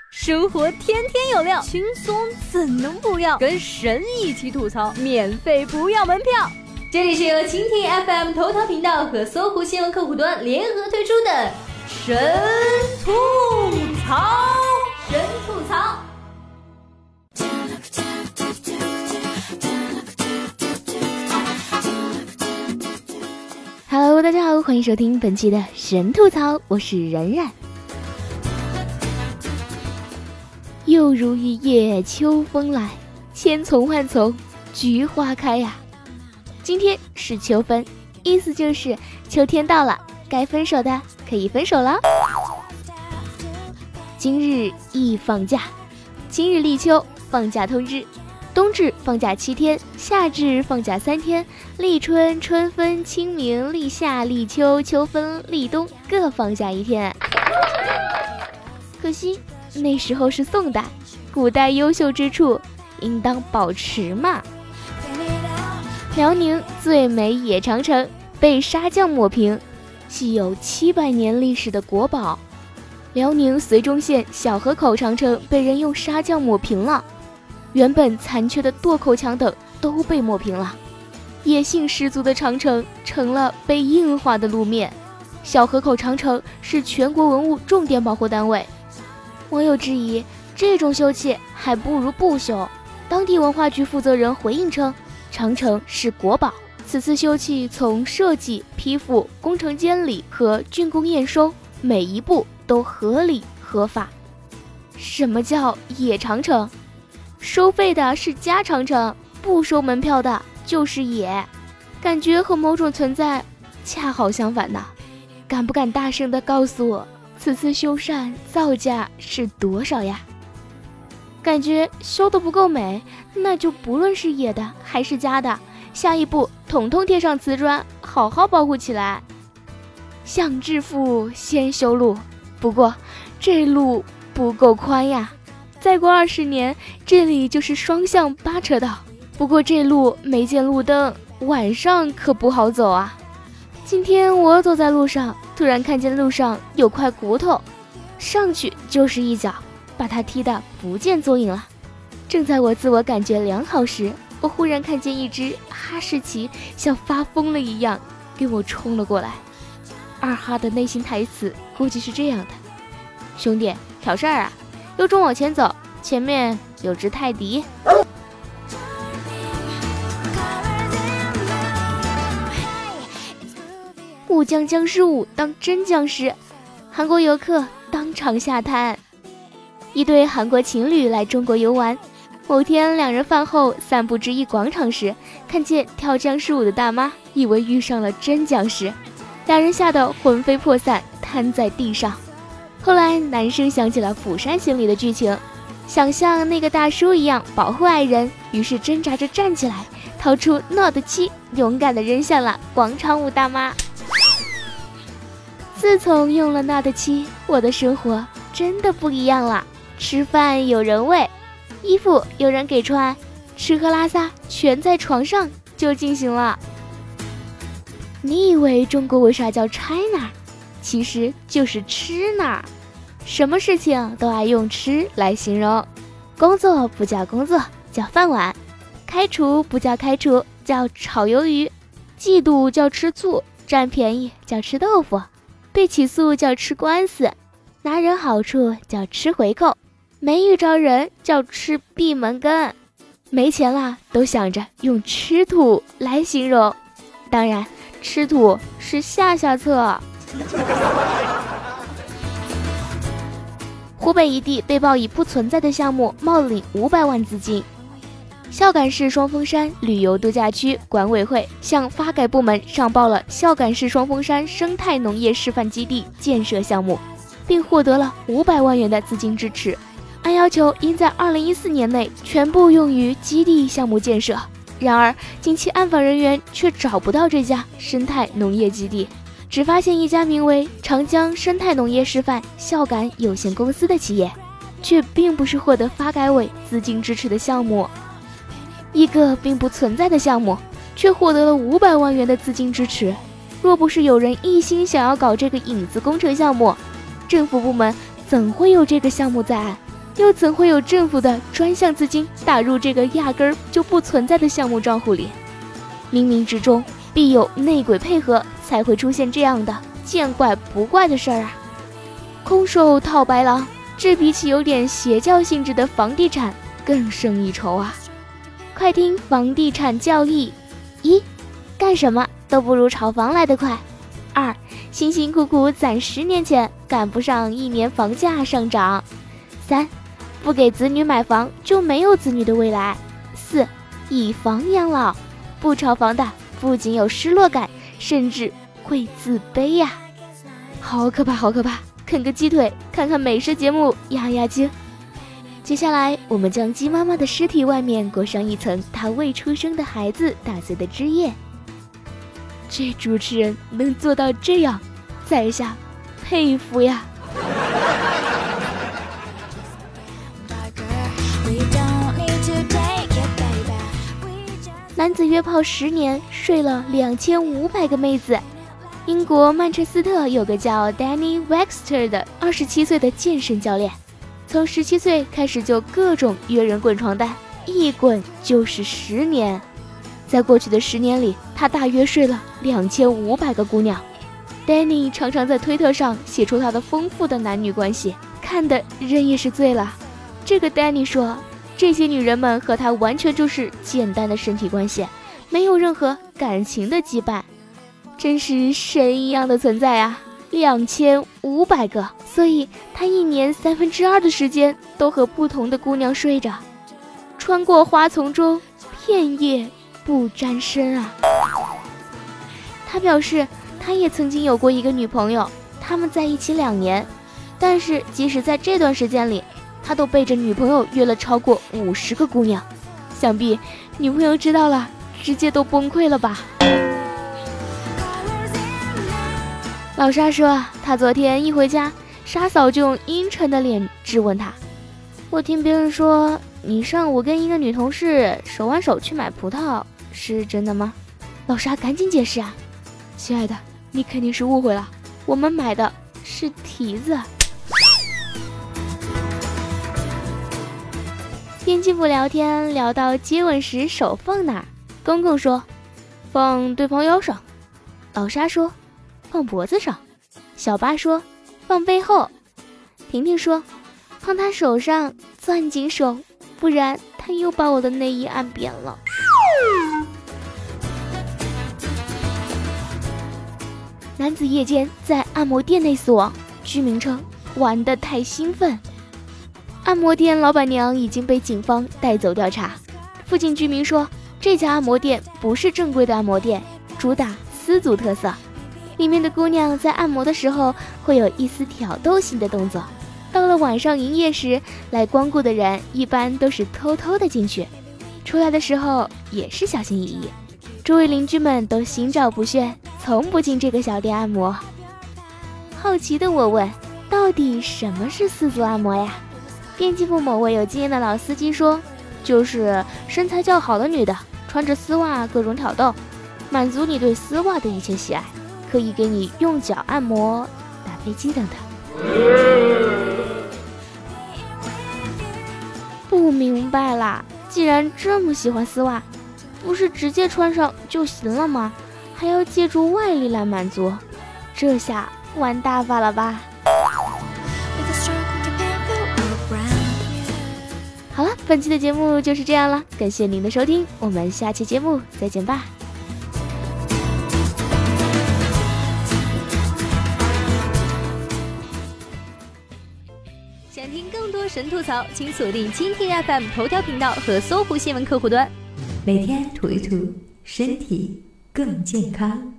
生活天天有料，轻松怎能不要？跟神一起吐槽，免费不要门票。这里是由蜻蜓 FM 头条频道和搜狐新闻客户端联合推出的神吐槽。神吐槽。 Hello， 大家好，欢迎收听本期的神吐槽，我是冉冉。又如一夜秋风来，千丛万丛菊花开呀。今天是秋分，意思就是秋天到了，该分手的可以分手了。今日亦放假，今日立秋，放假通知。冬至放假7天，夏至放假3天，立春、春分、清明、立夏、立秋、秋分、立冬各放假1天。可惜那时候是宋代，古代优秀之处应当保持嘛。辽宁最美野长城被沙浆抹平，系有700年历史的国宝。辽宁绥中县小河口长城被人用沙浆抹平了，原本残缺的垛口墙等都被抹平了，野性十足的长城成了被硬化的路面。小河口长城是全国文物重点保护单位。网友质疑，这种修葺还不如不修。当地文化局负责人回应称，长城是国宝，此次修葺从设计、批复、工程监理和竣工验收，每一步都合理合法。什么叫野长城？收费的是家长城，不收门票的就是野，感觉和某种存在恰好相反呢。敢不敢大声地告诉我，此次修缮造价是多少呀？感觉修得不够美，那就不论是野的还是家的，下一步统统贴上瓷砖，好好保护起来。想致富先修路，不过这路不够宽呀，再过20年这里就是双向8车道，不过这路没见路灯，晚上可不好走啊。今天我走在路上，突然看见路上有块骨头，上去就是一脚，把它踢得不见踪影了。正在我自我感觉良好时，我忽然看见一只哈士奇像发疯了一样给我冲了过来。二哈的内心台词估计是这样的：兄弟，挑事儿啊，右中往前走，前面有只泰迪。武将僵尸舞当真僵尸，韩国游客当场下瘫。一对韩国情侣来中国游玩，某天两人饭后散步至一广场时，看见跳僵尸舞的大妈，以为遇上了真僵尸，两人吓得魂飞魄散，瘫在地上。后来男生想起了《釜山行》里的剧情，想像那个大叔一样保护爱人，于是挣扎着站起来，掏出 Note 7，勇敢地扔向了广场舞大妈。自从用了 Note 7，我的生活真的不一样了。吃饭有人喂，衣服有人给穿，吃喝拉撒全在床上就进行了。你以为中国为啥叫 China？ 其实就是吃那儿，什么事情都爱用吃来形容。工作不叫工作，叫饭碗；开除不叫开除，叫炒鱿鱼；嫉妒叫吃醋，占便宜叫吃豆腐；被起诉叫吃官司，拿人好处叫吃回扣，没遇着人叫吃闭门羹，没钱了都想着用吃土来形容。当然，吃土是下策。湖北一地被曝以不存在的项目冒领500万资金。孝感市双峰山旅游度假区管委会向发改部门上报了孝感市双峰山生态农业示范基地建设项目，并获得了500万元的资金支持。按要求应在2014年内全部用于基地项目建设。然而近期暗访人员却找不到这家生态农业基地，只发现一家名为长江生态农业示范孝感有限公司的企业，却并不是获得发改委资金支持的项目。一个并不存在的项目，却获得了500万元的资金支持。若不是有人一心想要搞这个影子工程项目，政府部门怎会有这个项目在案？ 又怎会有政府的专项资金打入这个压根儿就不存在的项目账户里？冥冥之中必有内鬼配合，才会出现这样的见怪不怪的事儿啊！空手套白狼，这比起有点邪教性质的房地产更胜一筹啊！快听房地产教义：一，干什么都不如炒房来得快；二，辛辛苦苦攒10年钱，赶不上1年房价上涨；三，不给子女买房就没有子女的未来；四，以房养老，不炒房的不仅有失落感，甚至会自卑呀！好可怕，好可怕！啃个鸡腿，看看美食节目，压压惊。接下来，我们将鸡妈妈的尸体外面裹上一层她未出生的孩子打碎的汁液。这主持人能做到这样，在下佩服呀！男子约炮10年，睡了2500个妹子。英国曼彻斯特有个叫 Danny Webster 的27岁的健身教练，从17岁开始就各种约人滚床单，一滚就是10年。在过去的10年里，他大约睡了2500个姑娘。Danny 常常在推特上写出他的丰富的男女关系，看得人也是醉了。这个 Danny 说，这些女人们和他完全就是简单的身体关系，没有任何感情的羁绊，真是神一样的存在啊！2500个，所以他1年2/3的时间都和不同的姑娘睡着，穿过花丛中，片叶不沾身啊！他表示，他也曾经有过一个女朋友，他们在一起2年，但是即使在这段时间里，他都背着女朋友约了超过50个姑娘，想必女朋友知道了，直接都崩溃了吧。老沙说，他昨天一回家，沙嫂就用阴沉的脸质问他：我听别人说你上午跟一个女同事手挽手去买葡萄，是真的吗？老沙赶紧解释啊，亲爱的，你肯定是误会了，我们买的是提子。编辑部聊天聊到接吻时手放哪儿，公公说放对方腰上，老沙说放脖子上，小八说放背后，婷婷说放他手上，攥紧手，不然他又把我的内衣按扁了。男子夜间在按摩店内死亡，居民称玩得太兴奋。按摩店老板娘已经被警方带走调查。附近居民说，这家按摩店不是正规的按摩店，主打私族特色，里面的姑娘在按摩的时候会有一丝挑逗性的动作，到了晚上营业时，来光顾的人一般都是偷偷的进去，出来的时候也是小心翼翼。周围邻居们都心照不宣，从不进这个小店按摩。好奇的我问，到底什么是私族按摩呀？编辑部某位有经验的老司机说，就是身材较好的女的穿着丝袜各种挑逗，满足你对丝袜的一切喜爱，可以给你用脚按摩、打飞机等等。不明白啦，既然这么喜欢丝袜，不是直接穿上就行了吗？还要借助外力来满足，这下玩大发了吧？好了，本期的节目就是这样了，感谢您的收听，我们下期节目再见吧。 想听更多神吐槽，请锁定蜻蜓 FM 头条频道和搜狐新闻客户端，每天吐一吐，身体更健康。